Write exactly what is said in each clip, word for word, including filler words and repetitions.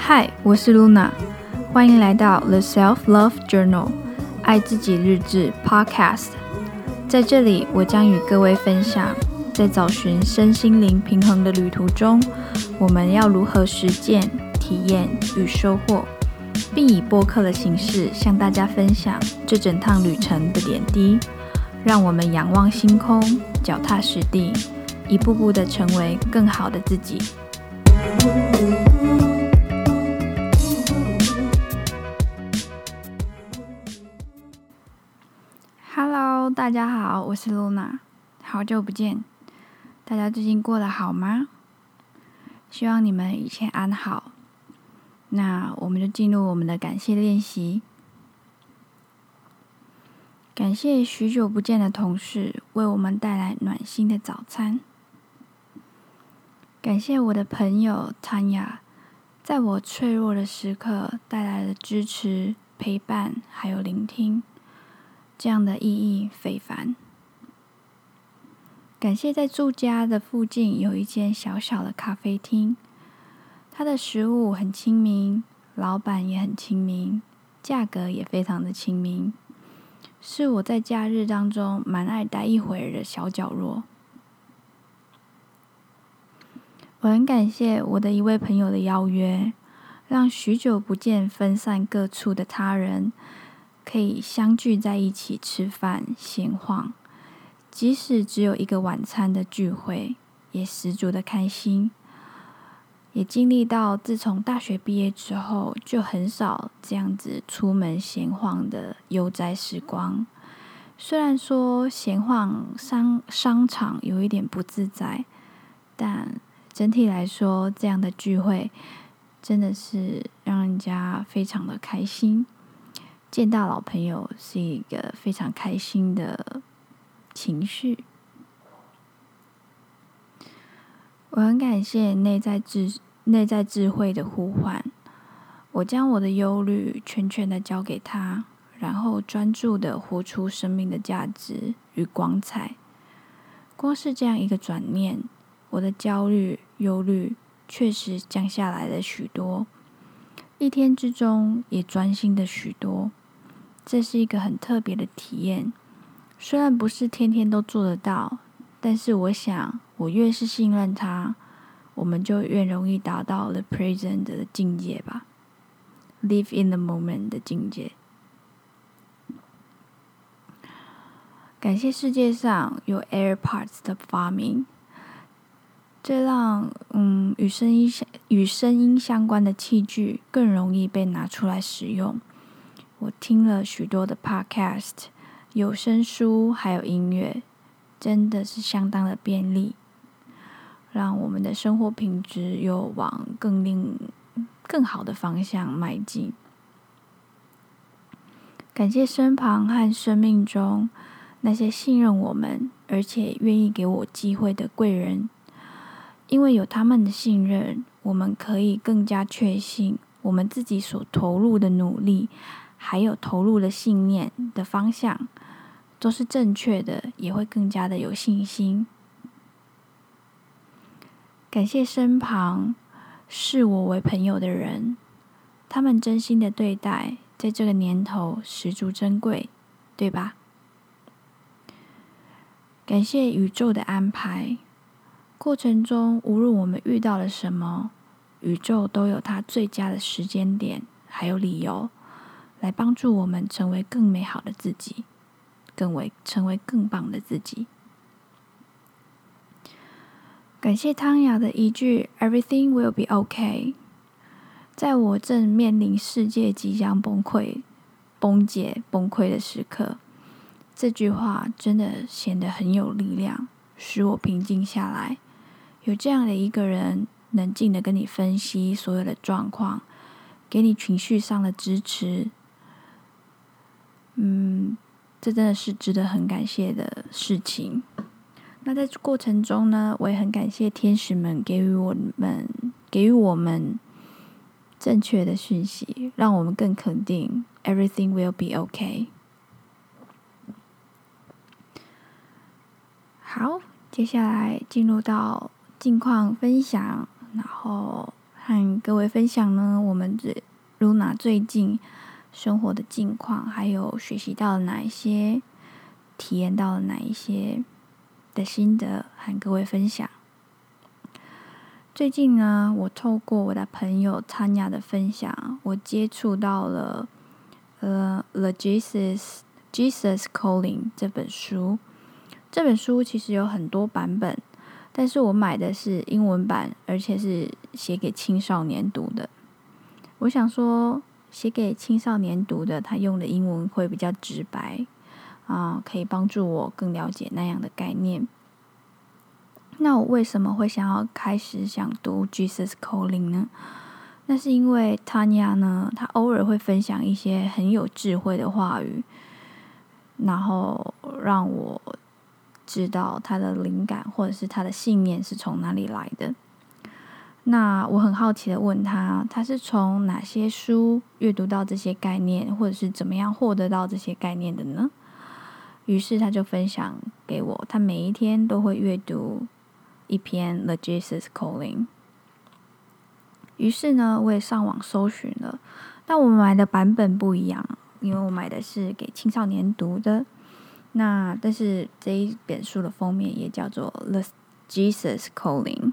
嗨，我是 Luna， 欢迎来到 The Self Love Journal 爱自己日志 Podcast。 在这里，我将与各位分享，在找寻身心灵平衡的旅途中，我们要如何实践、体验与收获，并以播客的形式向大家分享这整趟旅程的点滴，让我们仰望星空，脚踏实地，一步步地成为更好的自己。Hello， 大家好，我是 Luna， 好久不见，大家最近过得好吗？希望你们一切安好。那我们就进入我们的感谢练习。感谢许久不见的同事为我们带来暖心的早餐。感谢我的朋友 Tanya， 在我脆弱的时刻带来了支持、陪伴还有聆听，这样的意义非凡。感谢在住家的附近有一间小小的咖啡厅，它的食物很亲民，老板也很亲民，价格也非常的亲民，是我在假日当中蛮爱待一会儿的小角落。我很感谢我的一位朋友的邀约，让许久不见分散各处的他人可以相聚在一起吃饭闲晃，即使只有一个晚餐的聚会，也十足的开心。也经历到自从大学毕业之后，就很少这样子出门闲晃的悠哉时光。虽然说闲晃商商场有一点不自在，但整体来说，这样的聚会真的是让人家非常的开心。见到老朋友是一个非常开心的情绪。我很感谢内在智内在智慧的呼唤，我将我的忧虑全权的交给他，然后专注的活出生命的价值与光彩。光是这样一个转念，我的焦虑、忧虑确实降下来了许多，一天之中也专心的许多。这是一个很特别的体验，虽然不是天天都做得到，但是我想我越是信任它，我们就越容易达到 the present 的境界吧， live in the moment 的境界。感谢世界上有 AirPods 的发明，这让嗯与声音与声音相关的器具更容易被拿出来使用。我听了许多的 podcast、有声书还有音乐，真的是相当的便利，让我们的生活品质有往更令更好的方向迈进。感谢身旁和生命中那些信任我们而且愿意给我机会的贵人，因为有他们的信任，我们可以更加确信我们自己所投入的努力还有投入的信念的方向都是正确的，也会更加的有信心。感谢身旁视我为朋友的人，他们真心的对待，在这个年头十足珍贵，对吧？感谢宇宙的安排，过程中无论我们遇到了什么，宇宙都有它最佳的时间点还有理由来帮助我们成为更美好的自己，更为成为更棒的自己。感谢汤雅的一句 Everything will be okay， 在我正面临世界即将崩溃、崩解、崩溃的时刻，这句话真的显得很有力量，使我平静下来。有这样的一个人，冷静的跟你分析所有的状况，给你情绪上的支持，嗯，这真的是值得很感谢的事情。那在过程中呢，我也很感谢天使们给予我们给予我们正确的讯息，让我们更肯定 Everything will be okay。 好，接下来进入到近况分享，然后和各位分享呢，我们这 Luna 最近生活的近况，还有学习到了哪一些，体验到了哪一些的心得，和各位分享。最近呢，我透过我的朋友 Tanya 的分享，我接触到了呃《The Jesus Jesus Calling》这本书。这本书其实有很多版本，但是我买的是英文版，而且是写给青少年读的。我想说，写给青少年读的，他用的英文会比较直白啊、呃，可以帮助我更了解那样的概念。那我为什么会想要开始想读 Jesus Calling 呢？那是因为 Tanya 呢，她偶尔会分享一些很有智慧的话语，然后让我知道她的灵感或者是她的信念是从哪里来的。那我很好奇的问她，她是从哪些书阅读到这些概念，或者是怎么样获得到这些概念的呢？于是她就分享给我，她每一天都会阅读一篇 The Jesus Calling。 于是呢，我也上网搜寻了，但我买的版本不一样，因为我买的是给青少年读的。那但是这一本书的封面也叫做 The Jesus Calling。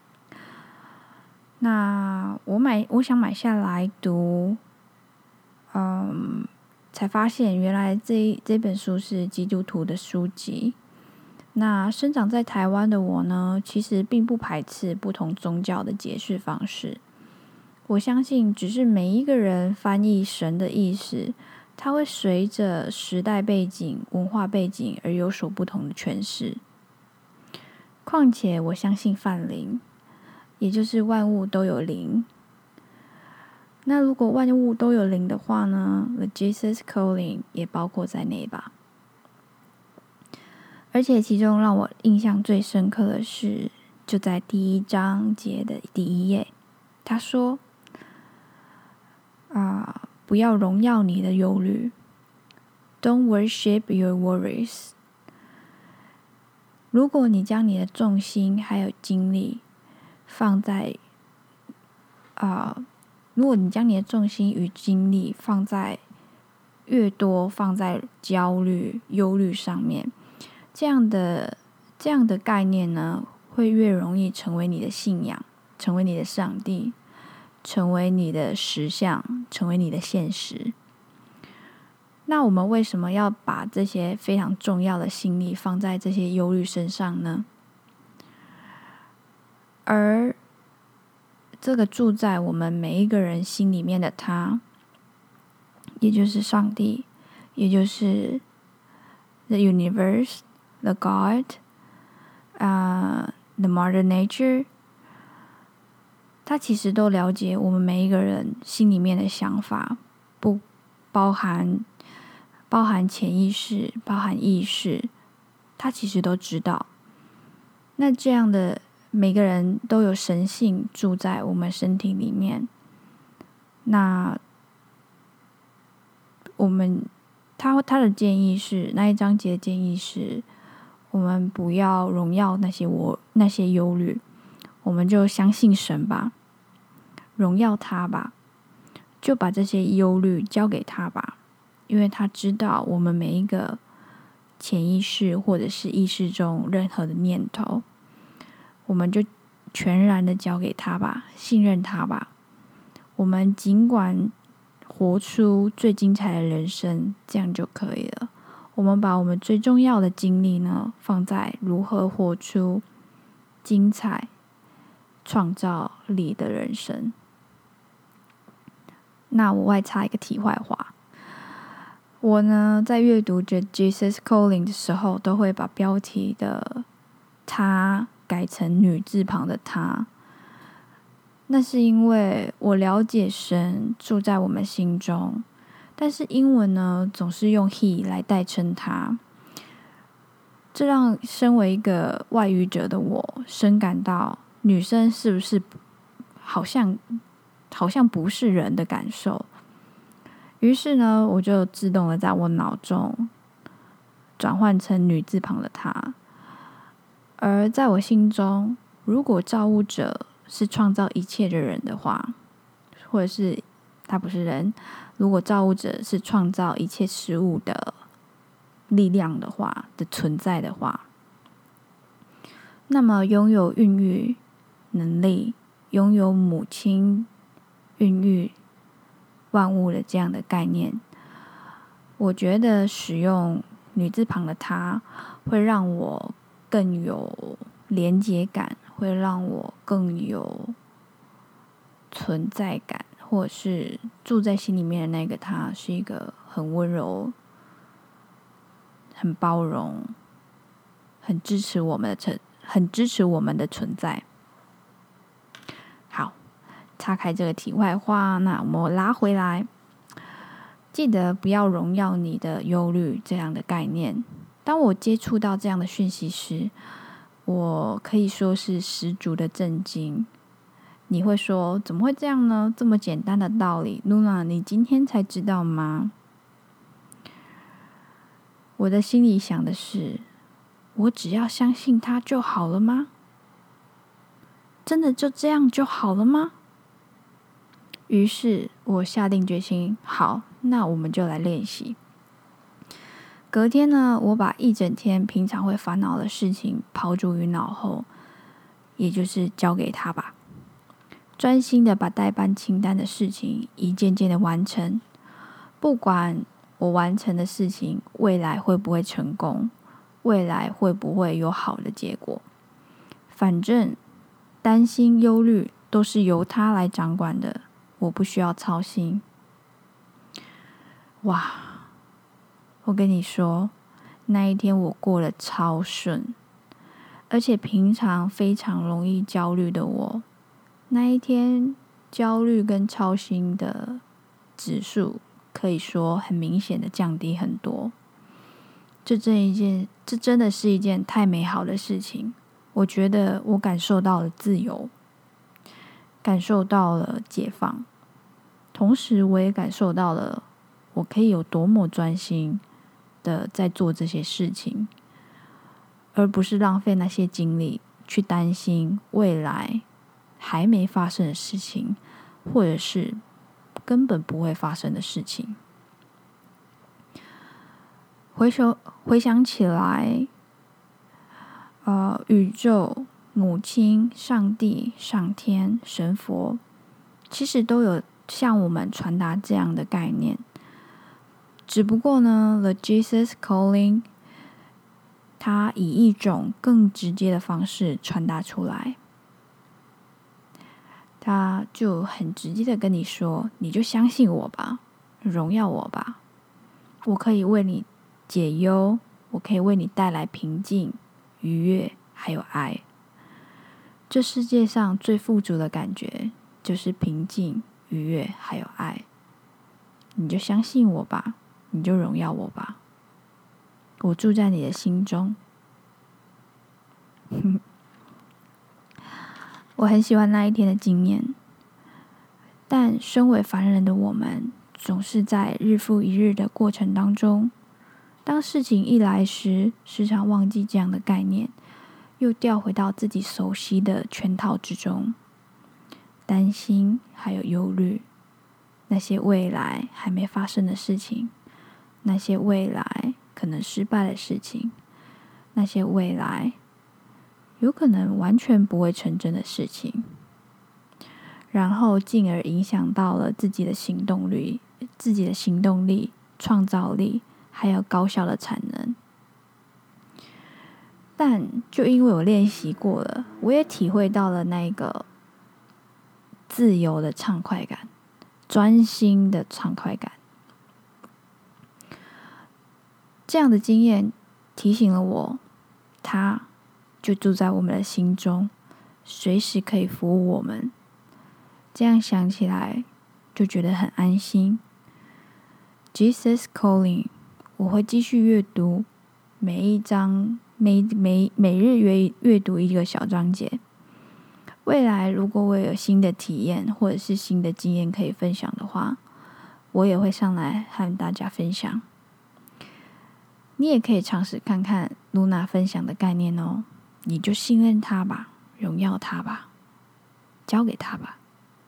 那我买我想买下来读，嗯，才发现原来这这本书是基督徒的书籍。那生长在台湾的我呢，其实并不排斥不同宗教的解释方式。我相信，只是每一个人翻译神的意思，它会随着时代背景、文化背景而有所不同的诠释。况且，我相信泛灵，也就是万物都有灵。那如果万物都有灵的话呢， The Jesus Calling 也包括在内吧。而且其中让我印象最深刻的是，就在第一章节的第一页，他说啊、呃，不要荣耀你的忧虑 ，Don't worship your worries。如果你将你的重心还有精力放在啊、呃，如果你将你的重心与精力放在越多放在焦虑、忧虑上面。这样的这样的概念呢，会越容易成为你的信仰，成为你的上帝，成为你的实相，成为你的现实。那我们为什么要把这些非常重要的心力放在这些忧虑身上呢？而这个住在我们每一个人心里面的他，也就是上帝，也就是 the universe，The God， uh, The Mother Nature， 他其实都了解我们每一个人心里面的想法，不包含包含潜意识，包含意识，他其实都知道。那这样的每个人都有神性住在我们身体里面。那我们他他的建议是，那一章节的建议是，我们不要荣耀那些我那些忧虑，我们就相信神吧，荣耀他吧，就把这些忧虑交给他吧，因为他知道我们每一个潜意识或者是意识中任何的念头，我们就全然的交给他吧，信任他吧。我们尽管活出最精彩的人生，这样就可以了。我们把我们最重要的精力呢，放在如何活出精彩、创造力的人生。那我外插一个题外话，我呢在阅读《Jesus Calling》的时候，都会把标题的他改成女字旁的他。那是因为我了解神住在我们心中，但是英文呢总是用 he 来代称他，这让身为一个外语者的我深感到女生是不是好像好像不是人的感受。于是呢，我就自动的在我脑中转换成女字旁的他。而在我心中，如果造物者是创造一切的人的话，或者是他不是人，如果造物者是创造一切事物的力量的话的存在的话，那么拥有孕育能力，拥有母亲孕育万物的这样的概念，我觉得使用女字旁的她会让我更有连结感，会让我更有存在感，或者是住在心里面的那个她是一个很温柔、很包容、很支持我们的存很支持我们的存在。好，岔开这个题外话，那我们拉回来，记得不要荣耀你的忧虑这样的概念。当我接触到这样的讯息时，我可以说是十足的震惊。你会说怎么会这样呢？这么简单的道理 Luna 你今天才知道吗？我的心里想的是，我只要相信他就好了吗？真的就这样就好了吗？于是我下定决心，好，那我们就来练习。隔天呢，我把一整天平常会烦恼的事情抛诸于脑后，也就是交给他吧。专心的把待办清单的事情一件件的完成，不管我完成的事情未来会不会成功，未来会不会有好的结果，反正担心忧虑都是由他来掌管的，我不需要操心。哇，我跟你说，那一天我过得超顺，而且平常非常容易焦虑的我，那一天焦虑跟操心的指数可以说很明显的降低很多。这真一件，这真的是一件太美好的事情。我觉得我感受到了自由，感受到了解放，同时我也感受到了我可以有多么专心的在做这些事情，而不是浪费那些精力去担心未来还没发生的事情，或者是根本不会发生的事情。回首回想起来，呃，宇宙、母亲、上帝、上天、神佛，其实都有向我们传达这样的概念。只不过呢 ，The Jesus Calling， 它以一种更直接的方式传达出来。他就很直接的跟你说，你就相信我吧，荣耀我吧，我可以为你解忧，我可以为你带来平静、愉悦还有爱。这世界上最富足的感觉就是平静、愉悦还有爱。你就相信我吧，你就荣耀我吧，我住在你的心中。我很喜欢那一天的经验，但身为凡人的我们，总是在日复一日的过程当中，当事情一来时，时常忘记这样的概念，又掉回到自己熟悉的圈套之中，担心还有忧虑，那些未来还没发生的事情，那些未来可能失败的事情，那些未来有可能完全不会成真的事情，然后进而影响到了自己的行动力、自己的行动力、创造力，还有高效的产能。但就因为我练习过了，我也体会到了那个自由的畅快感，专心的畅快感。这样的经验提醒了我，他就住在我们的心中，随时可以服务我们。这样想起来，就觉得很安心。Jesus Calling， 我会继续阅读每一章，每每每日阅阅读一个小章节。未来如果我有新的体验或者是新的经验可以分享的话，我也会上来和大家分享。你也可以尝试看看露娜分享的概念哦，你就信任他吧，荣耀他吧。 交给他吧。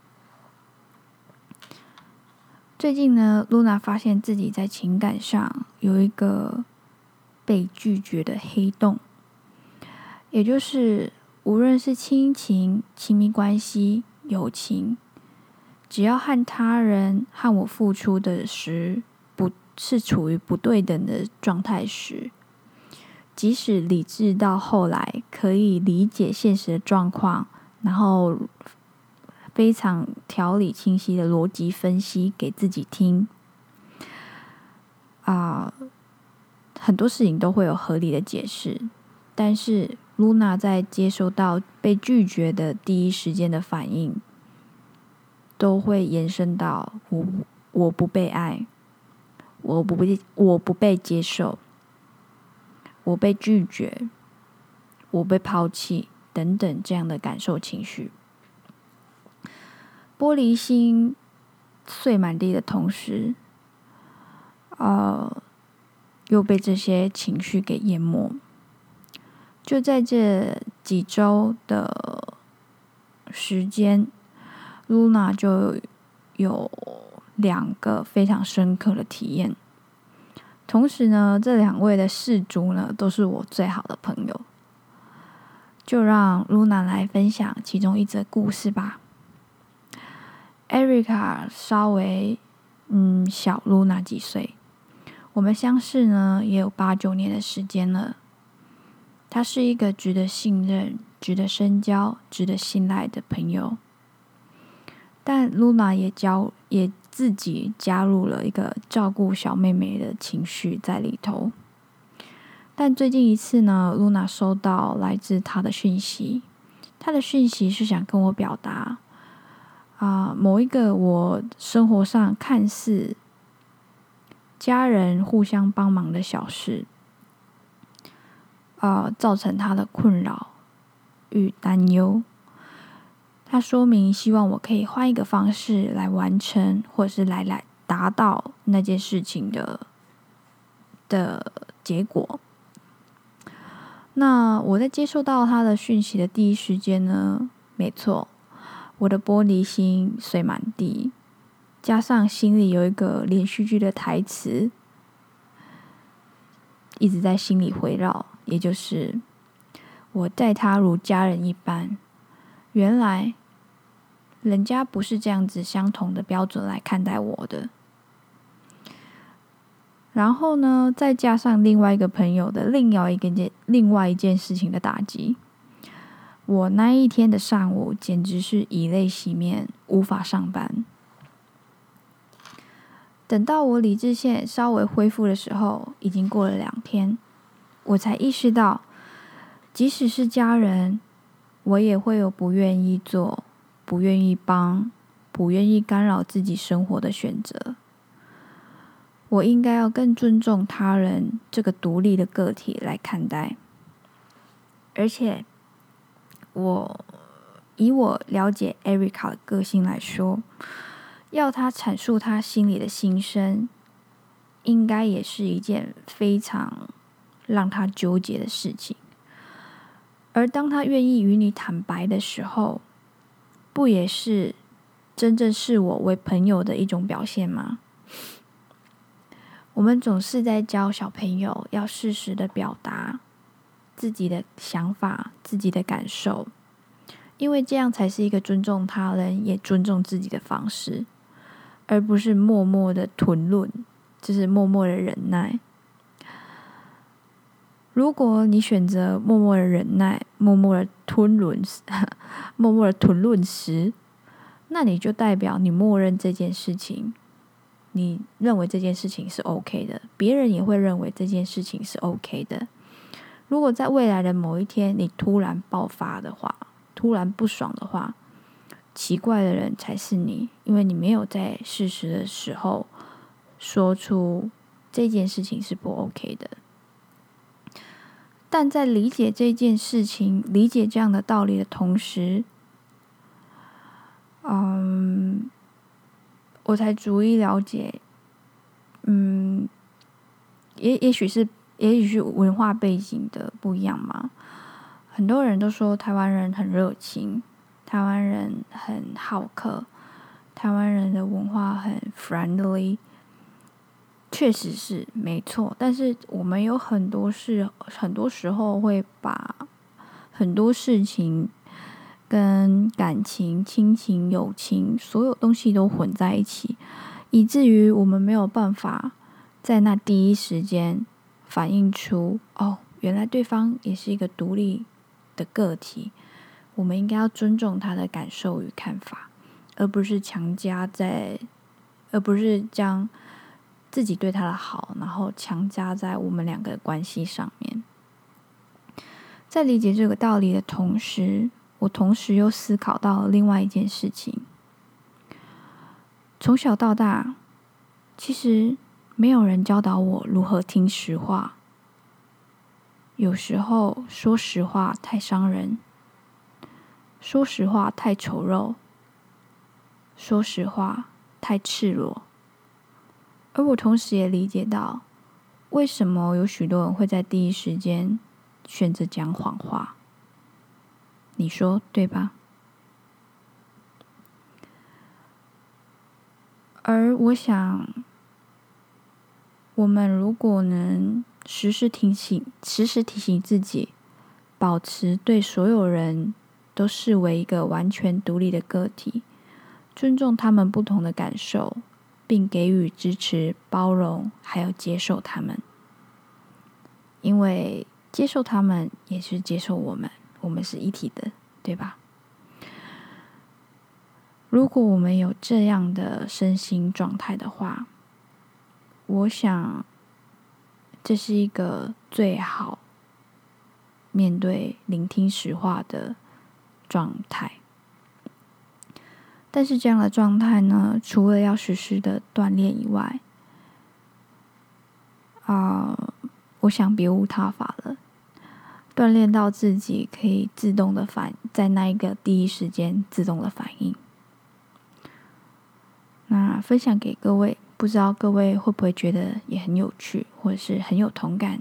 最近呢，露娜发现自己在情感上有一个被拒绝的黑洞，也就是无论是亲情、亲密关系、友情，只要和他人和我付出的时不是处于不对等的状态时，即使理智到后来可以理解现实的状况，然后非常条理清晰的逻辑分析给自己听，啊、呃，很多事情都会有合理的解释，但是露娜在接收到被拒绝的第一时间的反应，都会延伸到我我不被爱，我不被我不被接受，我被拒绝，我被抛弃等等这样的感受情绪。玻璃心碎满地的同时，呃，又被这些情绪给淹没。就在这几周的时间，露娜就有两个非常深刻的体验。同时呢，这两位的事主呢，都是我最好的朋友。就让露娜来分享其中一则故事吧。Erica 稍微嗯小露娜几岁，我们相识呢也有八九年的时间了。他是一个值得信任、值得深交、值得信赖的朋友，但露娜也交也自己加入了一个照顾小妹妹的情绪在里头。但最近一次呢，露娜收到来自她的讯息，她的讯息是想跟我表达啊、呃，某一个我生活上看似家人互相帮忙的小事，呃，造成她的困扰与担忧。她说明希望我可以换一个方式来完成，或者是来来达到那件事情的的结果。那我在接受到他的讯息的第一时间呢，没错，我的玻璃心碎满地，加上心里有一个连续剧的台词一直在心里回绕，也就是我待他如家人一般，原来人家不是这样子相同的标准来看待我的。然后呢，再加上另外一个朋友的另外一件另外一件事情的打击，我那一天的上午简直是以泪洗面，无法上班。等到我理智线稍微恢复的时候，已经过了两天，我才意识到，即使是家人，我也会有不愿意做、不愿意帮、不愿意干扰自己生活的选择。我应该要更尊重他人这个独立的个体来看待，而且我以我了解 Erica 的个性来说，要他阐述他心里的心声，应该也是一件非常让他纠结的事情。而当他愿意与你坦白的时候，不也是真正视我为朋友的一种表现吗？我们总是在教小朋友要适时的表达自己的想法、自己的感受，因为这样才是一个尊重他人也尊重自己的方式，而不是默默的吞论，就是默默的忍耐。如果你选择默默的忍耐、默默的吞论、默默的吞论时，那你就代表你默认这件事情，你认为这件事情是 OK 的，别人也会认为这件事情是 OK 的。如果在未来的某一天你突然爆发的话，突然不爽的话，奇怪的人才是你，因为你没有在适时的时候说出这件事情是不 OK 的。但在理解这件事情、理解这样的道理的同时，嗯，我才逐一了解，嗯，也也许是，也许是文化背景的不一样嘛。很多人都说台湾人很热情， 台湾人很好客，台湾人的文化很 friendly， 确实是没错。但是我们有很多事，很多时候会把很多事情跟感情、亲情、友情，所有东西都混在一起，以至于我们没有办法在那第一时间反映出，哦，原来对方也是一个独立的个体，我们应该要尊重他的感受与看法，而不是强加在，而不是将自己对他的好，然后强加在我们两个的关系上面。在理解这个道理的同时，我同时又思考到了另外一件事情。从小到大，其实没有人教导我如何听实话。有时候说实话太伤人，说实话太丑陋，说实话太赤裸。而我同时也理解到，为什么有许多人会在第一时间选择讲谎话。你说对吧？而我想，我们如果能时时提醒、时时提醒自己，保持对所有人都视为一个完全独立的个体，尊重他们不同的感受，并给予支持、包容，还有接受他们。因为接受他们也是接受我们，我们是一体的，对吧？如果我们有这样的身心状态的话，我想这是一个最好面对聆听实话的状态。但是这样的状态呢，除了要时时的锻炼以外，啊、呃，我想别无他法了。锻炼到自己可以自动的反，在那一个第一时间自动的反应。那分享给各位，不知道各位会不会觉得也很有趣，或者是很有同感？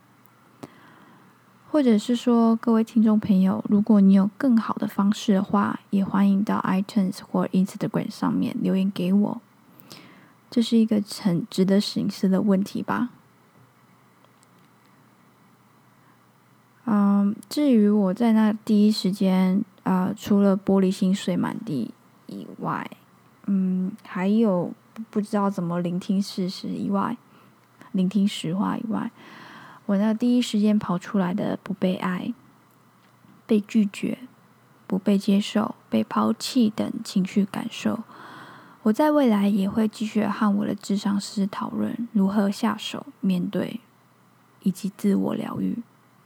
或者是说，各位听众朋友，如果你有更好的方式的话，也欢迎到 iTunes 或 Instagram 上面留言给我。这是一个很值得省思的问题吧。嗯，至于我在那第一时间，呃，除了玻璃心碎满地以外，嗯，还有不知道怎么聆听事实以外，聆听实话以外，我那第一时间跑出来的不被爱、被拒绝、不被接受、被抛弃等情绪感受，我在未来也会继续和我的諮商師討論如何下手面對，以及自我療癒。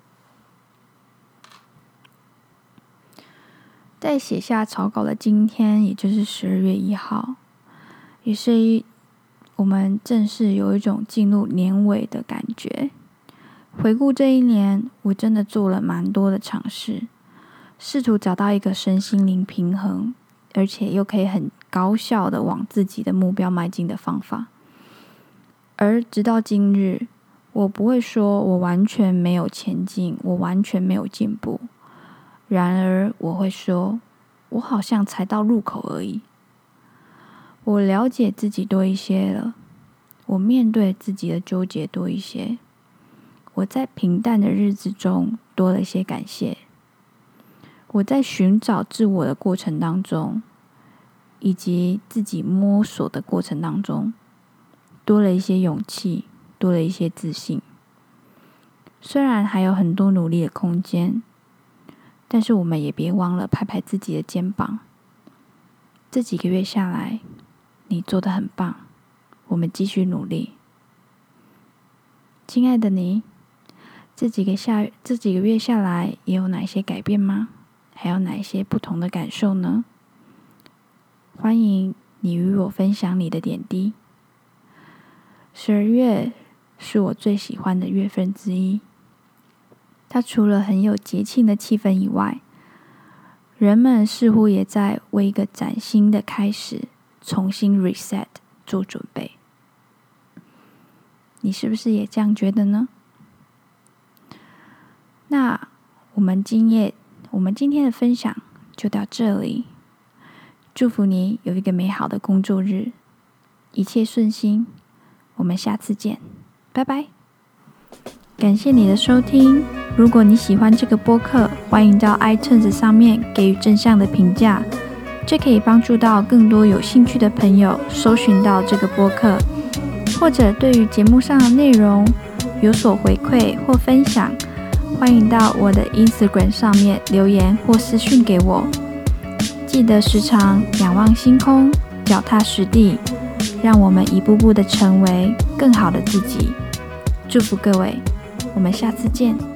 在寫下草稿的今天，也就是十二月一號，也是一我們正式有一種進入年尾的感覺。回顧這一年，我真的做了蠻多的嘗試，試圖找到一個身心靈平衡，而且又可以很高效的往自己的目標邁進的方法。而直到今日，我不會說我完全沒有前進，我完全沒有進步。然而我會說，我好像才到入口而已。我了解自己多一些了，我面對自己的糾結多一些，我在平淡的日子中多了一些感謝，我在尋找自我的過程當中，以及自己摸索的過程當中，多了一些勇氣，多了一些自信。雖然還有很多努力的空間，但是我們也別忘了拍拍自己的肩膀。這幾個月下來，你做得很棒，我們繼續努力。親愛的你，這幾個下這幾個月下來，也有哪一些改變嗎？還有哪一些不同的感受呢？歡迎你與我分享你的點滴。十二月是我最喜歡的月份之一。它除了很有節慶的氣氛以外，人們似乎也在為一個嶄新的開始重新 reset 做準備。你是不是也這樣覺得呢？那我們今夜我們今天的分享就到这里。祝福你有一个美好的工作日，一切顺心。我们下次见，拜拜。感谢你的收听。如果你喜欢这个播客，欢迎到 iTunes 上面给予正向的评价，这可以帮助到更多有兴趣的朋友搜寻到这个播客。或者对于节目上的内容有所回馈或分享，欢迎到我的 Instagram 上面留言或私讯给我。记得时常仰望星空，脚踏实地，让我们一步步的成为更好的自己。祝福各位，我们下次见。